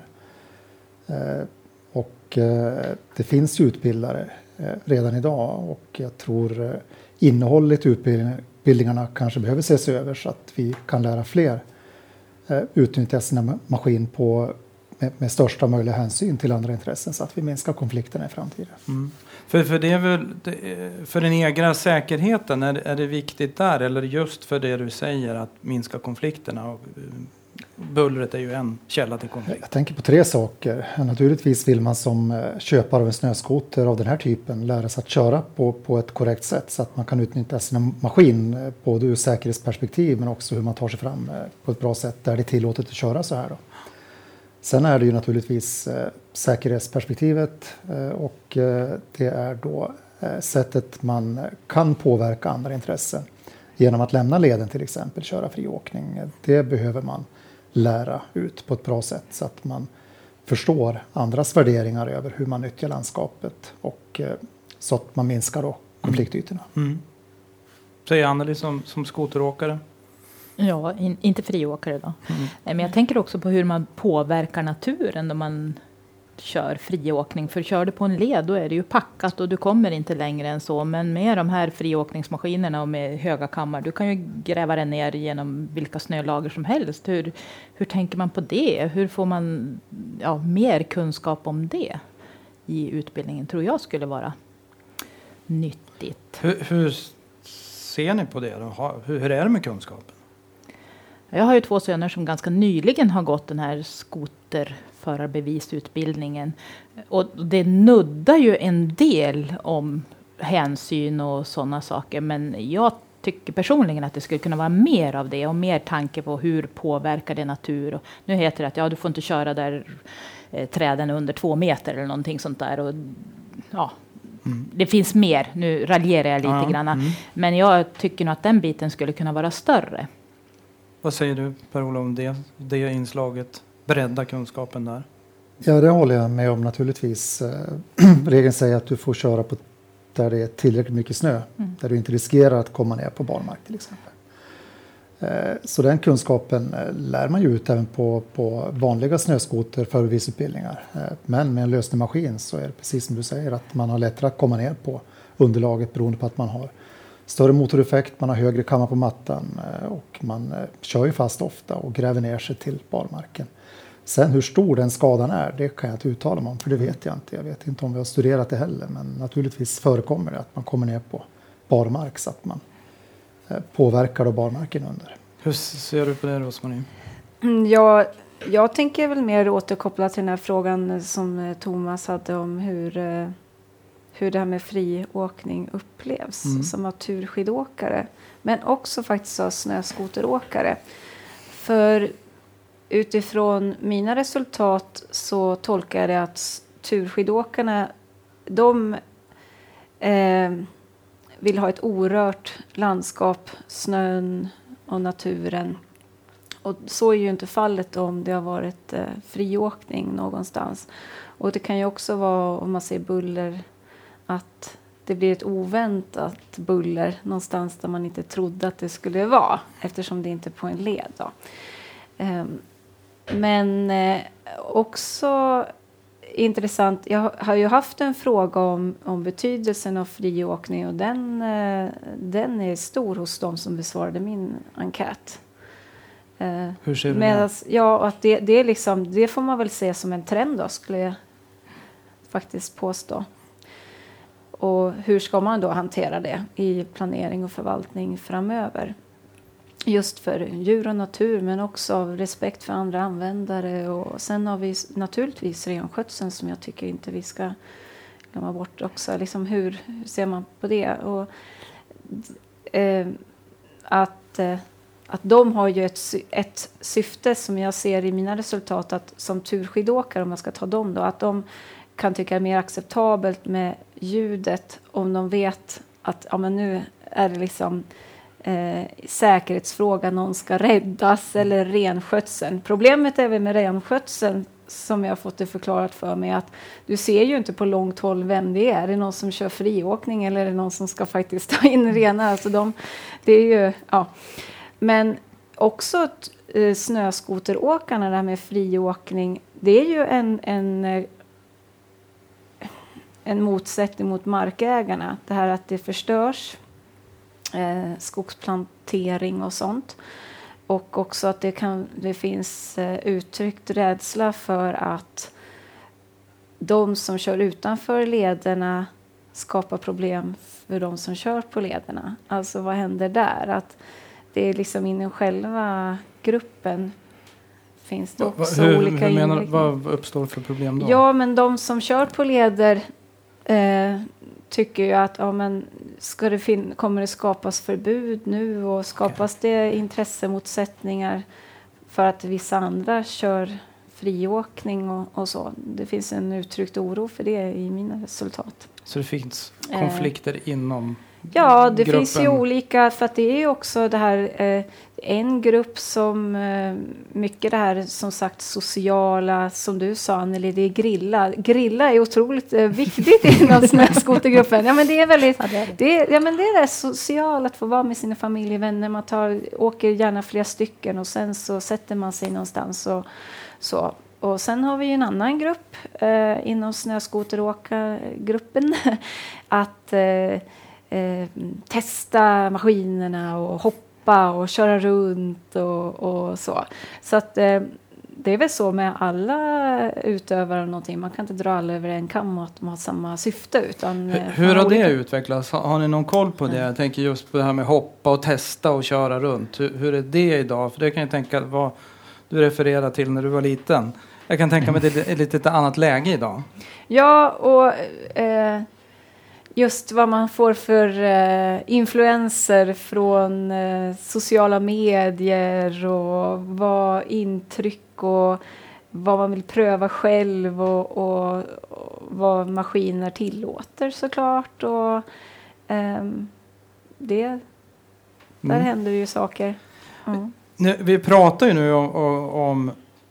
Och det finns ju utbildare redan idag och jag tror innehållet i utbildningarna kanske behöver ses över så att vi kan lära fler utnyttja sina maskin med största möjliga hänsyn till andra intressen så att vi minskar konflikterna i framtiden. Mm. För det är väl för den egna säkerheten är det viktigt där eller just för det du säger att minska konflikterna och bullret är ju en källa till konflikt. Jag tänker på 3 saker. Naturligtvis vill man som köpare av en snöskoter av den här typen lära sig att köra på ett korrekt sätt så att man kan utnyttja sina maskin både ur säkerhetsperspektiv men också hur man tar sig fram på ett bra sätt där det är tillåtet att köra så här då. Sen är det ju naturligtvis säkerhetsperspektivet och det är då sättet man kan påverka andra intressen genom att lämna leden till exempel, köra friåkning. Det behöver man lära ut på ett bra sätt så att man förstår andras värderingar över hur man nyttjar landskapet och så att man minskar då konfliktytorna. Mm. Säger Anneli som skoteråkare? Ja, inte friåkare då. Men jag tänker också på hur man påverkar naturen när man kör friåkning. För kör du på en led då är det ju packat och du kommer inte längre än så. Men med de här friåkningsmaskinerna och med höga kammar, du kan ju gräva den ner genom vilka snölager som helst. Hur tänker man på det? Hur får man mer kunskap om det i utbildningen? Tror jag skulle vara nyttigt. Hur ser ni på det då? Hur är det med kunskapen? Jag har ju 2 söner som ganska nyligen har gått den här skoterförarbevisutbildningen. Och det nuddar ju en del om hänsyn och sådana saker. Men jag tycker personligen att det skulle kunna vara mer av det och mer tanke på hur påverkar det natur. Och nu heter det att du får inte köra där träden under 2 meter eller någonting sånt där. Och, det finns mer. Nu raljerar jag lite grann. Men jag tycker nog att den biten skulle kunna vara större. Vad säger du Per-Olof om det inslaget? Bredda kunskapen där. Ja, det håller jag med om naturligtvis. Regeln säger att du får köra på där det är tillräckligt mycket snö. Där du inte riskerar att komma ner på barmark till exempel. Så den kunskapen lär man ju ut även på vanliga snöskoter förbevisutbildningar. Men med en lösningsmaskin så är det precis som du säger att man har lättare att komma ner på underlaget beroende på att man har större motoreffekt, man har högre kammar på mattan och man kör ju fast ofta och gräver ner sig till barmarken. Sen hur stor den skadan är, det kan jag inte uttala mig om för det vet jag inte. Jag vet inte om vi har studerat det heller men naturligtvis förekommer det att man kommer ner på barmark så att man påverkar då barmarken under. Hur ser du på det Rosmarie? Jag tänker väl mer återkoppla till den här frågan som Thomas hade om hur det här med friåkning upplevs som naturskidåkare. Men också faktiskt som snöskoteråkare. För utifrån mina resultat så tolkar jag det att turskidåkarna de vill ha ett orört landskap, snön och naturen. Och så är ju inte fallet om det har varit friåkning någonstans. Och det kan ju också vara om man ser buller att det blir ett oväntat buller någonstans där man inte trodde att det skulle vara eftersom det inte är på en led då. Men också intressant, jag har ju haft en fråga om betydelsen av friåkning och den är stor hos de som besvarade min enkät. Hur ser du det? Ja, att det är liksom, det får man väl se som en trend då, skulle jag faktiskt påstå. Och hur ska man då hantera det i planering och förvaltning framöver? Just för djur och natur men också av respekt för andra användare. Och sen har vi naturligtvis renskötseln som jag tycker inte vi ska glömma bort också. Liksom hur ser man på det? Och, att de har ju ett syfte som jag ser i mina resultat att som turskidåkare, om man ska ta dem då, att de kan tycka det är mer acceptabelt med ljudet om de vet att men nu är det liksom säkerhetsfråga, någon ska räddas eller renskötseln. Problemet är väl med renskötseln som jag har fått det förklarat för mig, att du ser ju inte på långt håll vem det är. Är det någon som kör friåkning eller är det någon som ska faktiskt ta in renar? Alltså det är ju, ja. Men också snöskoteråkarna, det här med friåkning, det är ju en motsättning mot markägarna. Det här att det förstörs, skogsplantering och sånt. Och också att det finns uttryckt rädsla för att de som kör utanför lederna skapar problem för de som kör på lederna. Alltså vad händer där? Att det är liksom inom själva gruppen finns det också olika inriktningar. Vad uppstår för problem då? Ja, men de som kör på leder tycker ju att kommer det skapas förbud nu och skapas det intressemotsättningar för att vissa andra kör friåkning och så. Det finns en uttryckt oro för det i mina resultat. Så det finns konflikter inom Ja, det gruppen. finns ju olika, för att det är ju också det här en grupp som mycket det här som sagt sociala, som du sa Anneli, det är grilla är otroligt viktigt inom snöskotergruppen. Ja, men det är väldigt det är det sociala, att få vara med sina familjevänner, man åker gärna flera stycken och sen så sätter man sig någonstans och så. Och sen har vi ju en annan grupp inom snöskoteråkargruppen att testa maskinerna och hoppa och köra runt och så. Så att det är väl så med alla utövare och någonting. Man kan inte dra alla över en kam och att de har samma syfte. Utan hur har det utvecklats? Har ni någon koll på det? Jag tänker just på det här med hoppa och testa och köra runt. Hur är det idag? För det kan jag tänka vad du refererar till när du var liten. Jag kan tänka mig att det är lite annat läge idag. Ja, och just vad man får för influenser från sociala medier och vad intryck och vad man vill pröva själv och vad maskiner tillåter såklart. Och där händer ju saker. Mm. Vi pratar ju nu om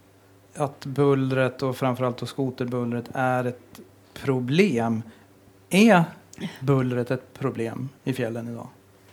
att bullret och framförallt då skoterbullret är ett problem. Är bullret ett problem i fjällen idag?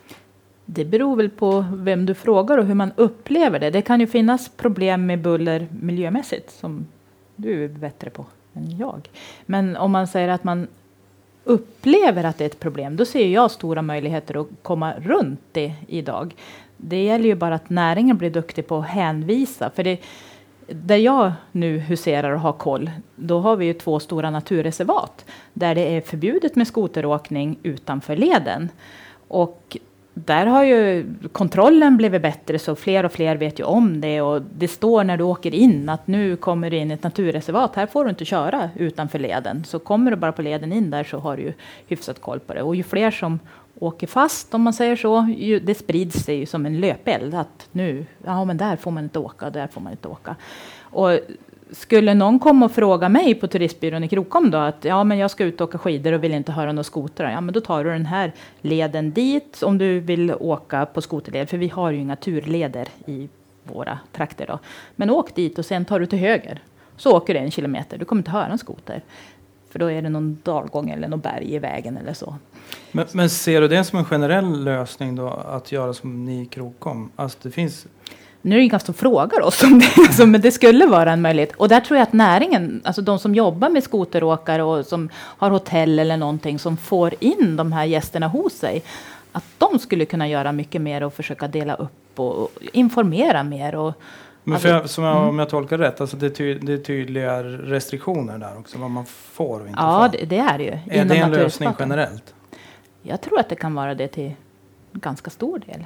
Det beror väl på vem du frågar och hur man upplever det. Det kan ju finnas problem med buller miljömässigt som du är bättre på än jag. Men om man säger att man upplever att det är ett problem, då ser jag stora möjligheter att komma runt det idag. Det gäller ju bara att näringen blir duktig på att hänvisa. För där jag nu huserar och har koll, då har vi ju 2 stora naturreservat där det är förbjudet med skoteråkning utanför leden. Och där har ju kontrollen blivit bättre, så fler och fler vet ju om det. Och det står när du åker in att nu kommer du in i ett naturreservat. Här får du inte köra utanför leden. Så kommer du bara på leden in där så har du ju hyfsat koll på det. Och ju fler som åker fast, om man säger så, det sprids sig ju som en löpeld. Att nu, men där får man inte åka, där får man inte åka. Och skulle någon komma och fråga mig på turistbyrån i Krokom då att men jag ska ut och åka skidor och vill inte höra några skotrar. Ja, men då tar du den här leden dit om du vill åka på skoterled. För vi har ju inga turleder i våra trakter då. Men åk dit och sen tar du till höger. Så åker du 1 kilometer. Du kommer inte höra en skoter. För då är det någon dalgång eller någon berg i vägen eller så. Men ser du det som en generell lösning då att göra som ni i Krokom? Alltså det finns... Nu är det inga som frågar oss om det, men det skulle vara en möjlighet. Och där tror jag att näringen, alltså de som jobbar med skoteråkare och som har hotell eller någonting som får in de här gästerna hos sig, att de skulle kunna göra mycket mer och försöka dela upp och informera mer. Och, men om jag tolkar rätt, alltså det är tydliga restriktioner där också, vad man får och inte får. Ja, det är det ju. Är det en lösning generellt? Jag tror att det kan vara det till ganska stor del.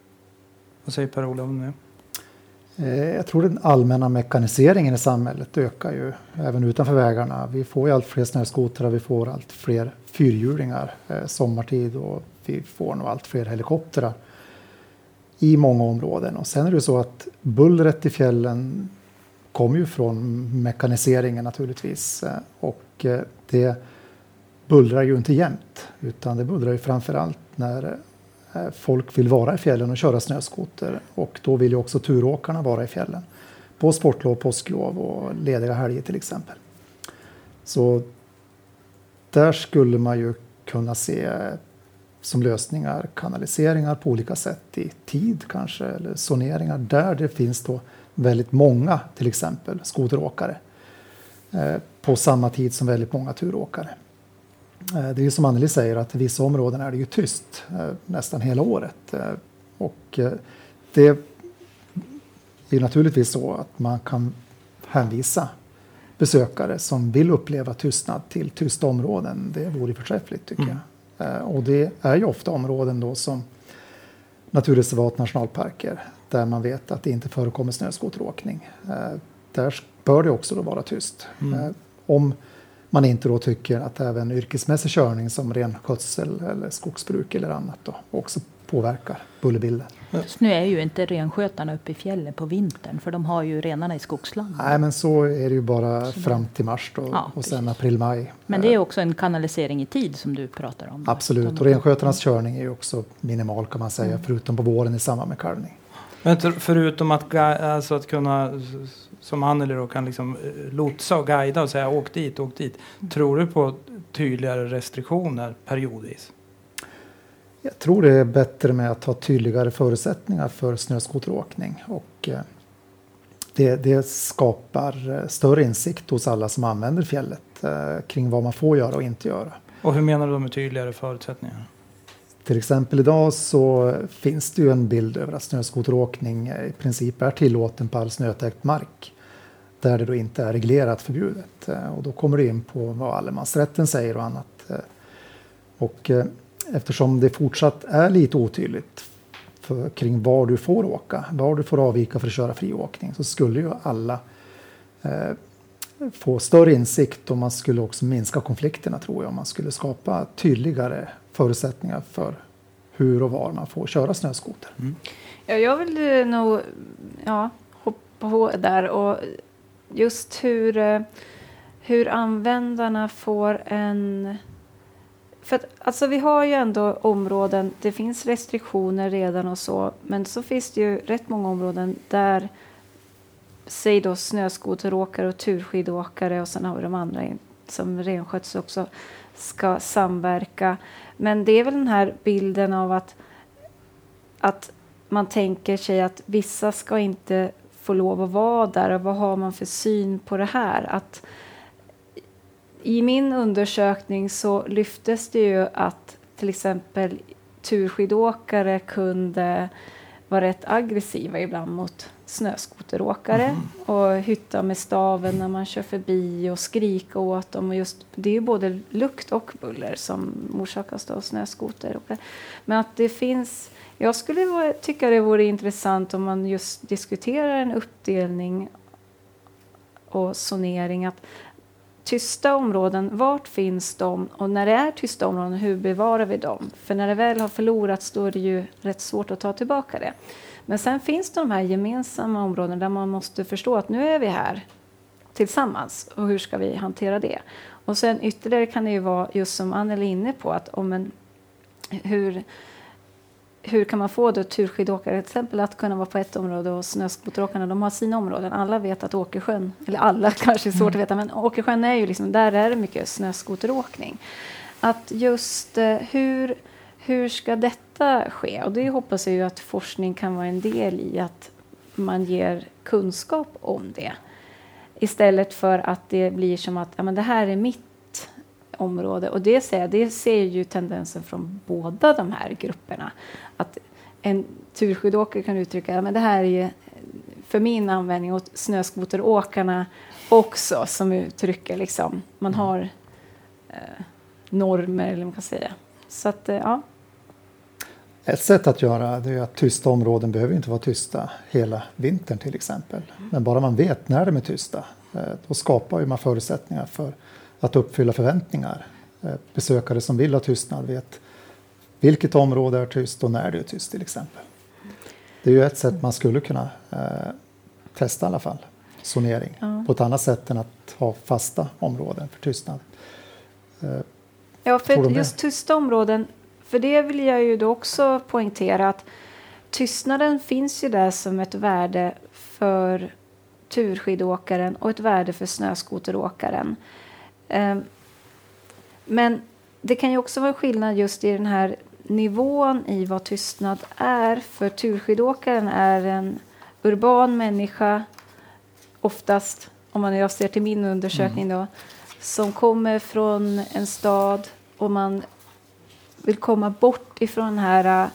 Vad säger Per-Ola om det? Jag tror den allmänna mekaniseringen i samhället ökar ju även utanför vägarna. Vi får ju allt fler snöskotrar, vi får allt fler fyrhjulingar sommartid och vi får nog allt fler helikoptrar i många områden. Och sen är det så att bullret i fjällen kommer ju från mekaniseringen naturligtvis. Och det bullrar ju inte jämt, utan det bullrar ju framförallt när folk vill vara i fjällen och köra snöskoter. Och då vill ju också turåkarna vara i fjällen. på sportlov, påsklov och lediga helger till exempel. Så där skulle man ju kunna se som lösningar kanaliseringar på olika sätt i tid kanske, eller zoneringar där det finns då väldigt många till exempel skoteråkare på samma tid som väldigt många turåkare. Det är ju som Anneli säger att i vissa områden är det ju tyst nästan hela året. Och det är naturligtvis så att man kan hänvisa besökare som vill uppleva tystnad till tysta områden. Det vore förträffligt tycker jag. Och det är ju ofta områden då som naturreservat, nationalparker där man vet att det inte förekommer snöskoteråkning. Där bör det också då vara tyst. Om man inte då tycker att även yrkesmässig körning som renskötsel eller skogsbruk eller annat då också påverkar bullerbilden. Nu är ju inte renskötarna uppe i fjällen på vintern för de har ju renarna i skogsland. Nej, men så är det ju bara fram till mars då, Ja, och sen april-maj. Men det är också en kanalisering i tid som du pratar om. Absolut, och renskötarnas körning är ju också minimal kan man säga, förutom på våren i samband med kalvning. Men förutom alltså att kunna, som Anneli då kan liksom lotsa och guida och säga åk dit. Tror du på tydligare restriktioner periodvis? Jag tror det är bättre med att ha tydligare förutsättningar för snöskoteråkning och det skapar större insikt hos alla som använder fjället kring vad man får göra och inte göra. Och hur menar du med tydligare förutsättningar? Till exempel idag så finns det ju en bild över att snöskoteråkning i princip är tillåten på all snötäckt mark där det då inte är reglerat förbjudet. Och då kommer det in på vad allemansrätten säger och annat. Och eftersom det fortsatt är lite otydligt kring var du får åka, var du får avvika för att köra friåkning, så skulle ju alla få större insikt och man skulle också minska konflikterna tror jag. Om man skulle skapa tydligare förutsättningar för hur och var man får köra snöskoter. Ja, jag vill nog hoppa på där och just hur användarna får en... För att, alltså vi har ju ändå områden, det finns restriktioner redan och så, men så finns det ju rätt många områden där säg då snöskoteråkare och turskidåkare och sen har vi de andra som rensköts också ska samverka. Men det är väl den här bilden av att man tänker sig att vissa ska inte få lov att vara där och vad har man för syn på det här? Att i min undersökning så lyftes det ju att till exempel turskidåkare kunde vara rätt aggressiva ibland mot snöskoteråkare och hytta med staven när man kör förbi och skrika åt dem. Och just, det är ju både lukt och buller som orsakas av snöskoter. Men att det finns... Jag skulle tycka det vore intressant om man just diskuterar en uppdelning och zonering. Att tysta områden, vart finns de? Och när det är tysta områden, hur bevarar vi dem? För när det väl har förlorats då är det ju rätt svårt att ta tillbaka det. Men sen finns det de här gemensamma områden där man måste förstå att nu är vi här tillsammans. Och hur ska vi hantera det? Och sen ytterligare kan det ju vara just som Anneli är inne på. Att hur kan man få då turskidåkare till exempel att kunna vara på ett område och snöskoteråkarna de har sina områden. Alla vet att Åkersjön, eller alla kanske är svårt att veta, men Åkersjön är ju liksom, där är det mycket snöskoteråkning. Att just hur ska detta ske? Och det hoppas jag ju att forskning kan vara en del i att man ger kunskap om det. Istället för att det blir som att det här är mitt område. Och det ser ju tendensen från båda de här grupperna. Att en turskidåkare kan uttrycka att det här är för min användning och snöskoteråkarna också som uttrycker liksom. Man har normer eller man kan säga. Så att ja. Ett sätt att göra det är att tysta områden behöver inte vara tysta hela vintern till exempel. Men bara man vet när de är tysta då skapar man förutsättningar för att uppfylla förväntningar. Besökare som vill ha tystnad vet vilket område är tyst och när det är tyst till exempel. Det är ju ett sätt man skulle kunna testa i alla fall. Zonering. På ett annat sätt än att ha fasta områden för tystnad. Ja, för just tysta områden, för det vill jag ju då också poängtera att tystnaden finns ju där som ett värde för turskidåkaren och ett värde för snöskoteråkaren. Men det kan ju också vara skillnad just i den här nivån i vad tystnad är. För turskidåkaren är en urban människa, oftast, om jag ser till min undersökning då, som kommer från en stad och man vill komma bort ifrån den här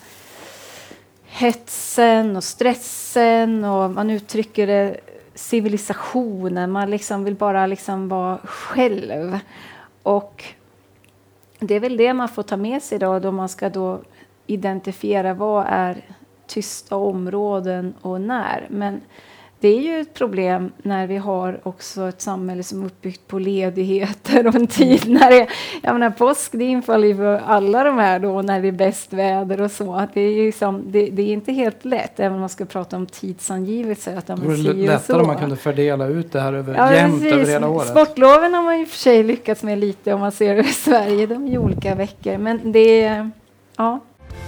hetsen och stressen, och man uttrycker det civilisationen. Man liksom vill bara liksom vara själv. Och det är väl det man får ta med sig då man ska då identifiera vad är tysta områden och när. Men det är ju ett problem när vi har också ett samhälle som är uppbyggt på ledigheter och en tid när det, jag menar, påsk, det infaller ju för alla de här då när det är bäst väder och så. Att det är ju liksom, det är inte helt lätt, även om man ska prata om tidsangivelser. Att det vore lättare om man kunde fördela ut det här över, jämnt över hela året. Sportloven har man ju för sig lyckats med lite om man ser över Sverige. De är ju olika veckor, men det är, ja.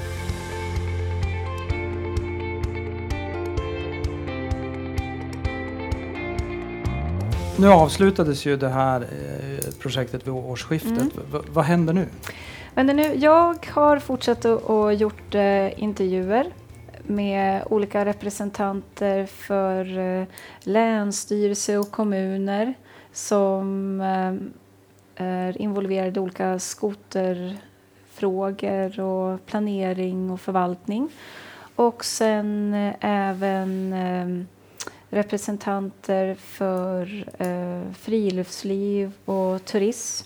Nu avslutades ju det här projektet vid årsskiftet. Vad händer nu? Jag har fortsatt och gjort intervjuer med olika representanter för länsstyrelse och kommuner som är involverade i olika skoterfrågor och planering och förvaltning. Och sen även representanter för friluftsliv och turism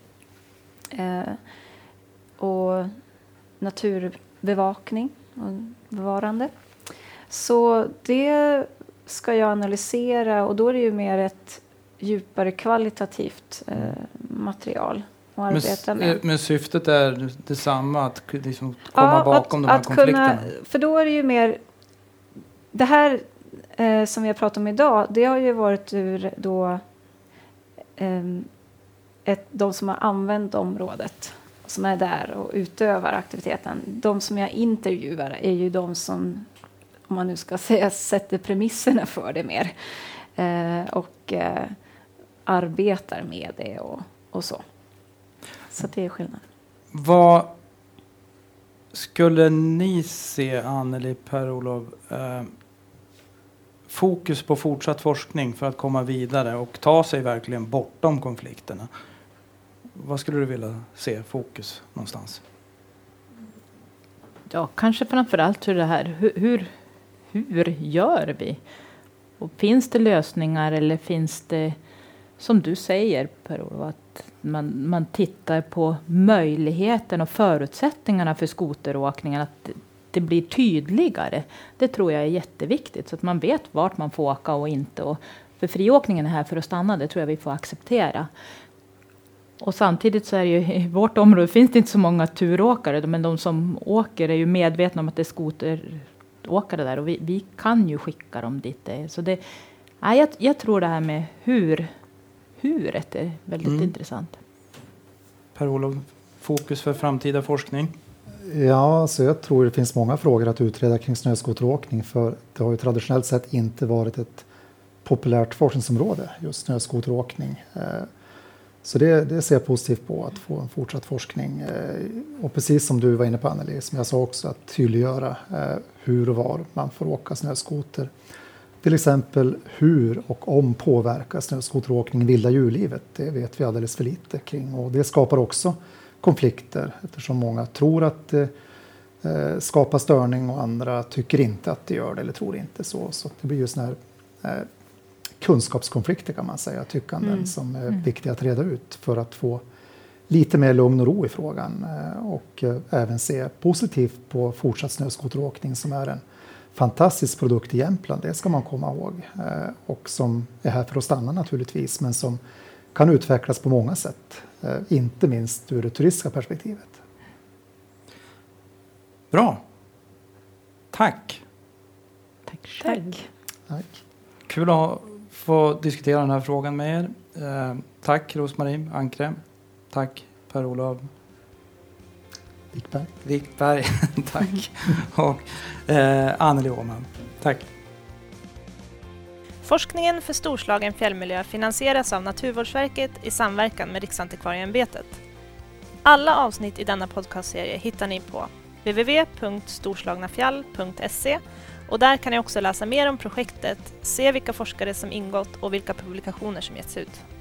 och naturbevakning och bevarande. Så det ska jag analysera, och då är det ju mer ett djupare kvalitativt material att arbeta med. Men syftet är detsamma, att liksom komma bakom de här konflikterna? För då är det ju mer det här som vi har pratat om idag, det har ju varit ur då de som har använt området, som är där och utövar aktiviteten. De som jag intervjuar är ju de som, om man nu ska säga, sätter premisserna för det mer och arbetar med det och så. Så det är skillnad. Vad skulle ni se, Anneli, Per-Olof, fokus på fortsatt forskning för att komma vidare och ta sig verkligen bortom konflikterna? Vad skulle du vilja se fokus någonstans? Ja, kanske framförallt hur det här, hur gör vi? Och finns det lösningar, eller finns det, som du säger, Per-Olof, att man tittar på möjligheten och förutsättningarna för skoteråkningen, att det blir tydligare. Det tror jag är jätteviktigt, så att man vet vart man får åka och inte. Och för friåkningen är här för att stanna, det tror jag vi får acceptera. Och samtidigt så är det ju, i vårt område finns det inte så många turåkare, men de som åker är ju medvetna om att det är skoteråkare där, och vi kan ju skicka dem dit. Så det, jag tror det här med huret är väldigt intressant. Per-Olof, fokus för framtida forskning? Ja, så jag tror det finns många frågor att utreda kring snöskoteråkning, för det har ju traditionellt sett inte varit ett populärt forskningsområde, just snöskoteråkning. Så det ser jag positivt på, att få en fortsatt forskning. Och precis som du var inne på, Anneli, som jag sa också, att tydliggöra hur och var man får åka snöskoter. Till exempel hur och om påverkar snöskoteråkning vilda djurlivet. Det vet vi alldeles för lite kring, och det skapar också konflikter, eftersom många tror att det skapar störning och andra tycker inte att det gör det, eller tror inte så. Så det blir ju såna här kunskapskonflikter, kan man säga, tyckanden som är viktiga att reda ut för att få lite mer lugn och ro i frågan, och även se positivt på fortsatt snöskoteråkning, som är en fantastisk produkt i Jämtland, det ska man komma ihåg, och som är här för att stanna naturligtvis, men som kan utvecklas på många sätt, inte minst ur det turistiska perspektivet. Bra. Tack. Tack själv. Tack. Kul att få diskutera den här frågan med er. Tack Rosmarie Ankre. Tack Per-Olof Wikberg. Tack. Och Anneli Åhman. Tack. Forskningen för storslagen fjällmiljö finansieras av Naturvårdsverket i samverkan med Riksantikvarieämbetet. Alla avsnitt i denna podcastserie hittar ni på www.storslagnafjall.se och där kan ni också läsa mer om projektet, se vilka forskare som ingått och vilka publikationer som getts ut.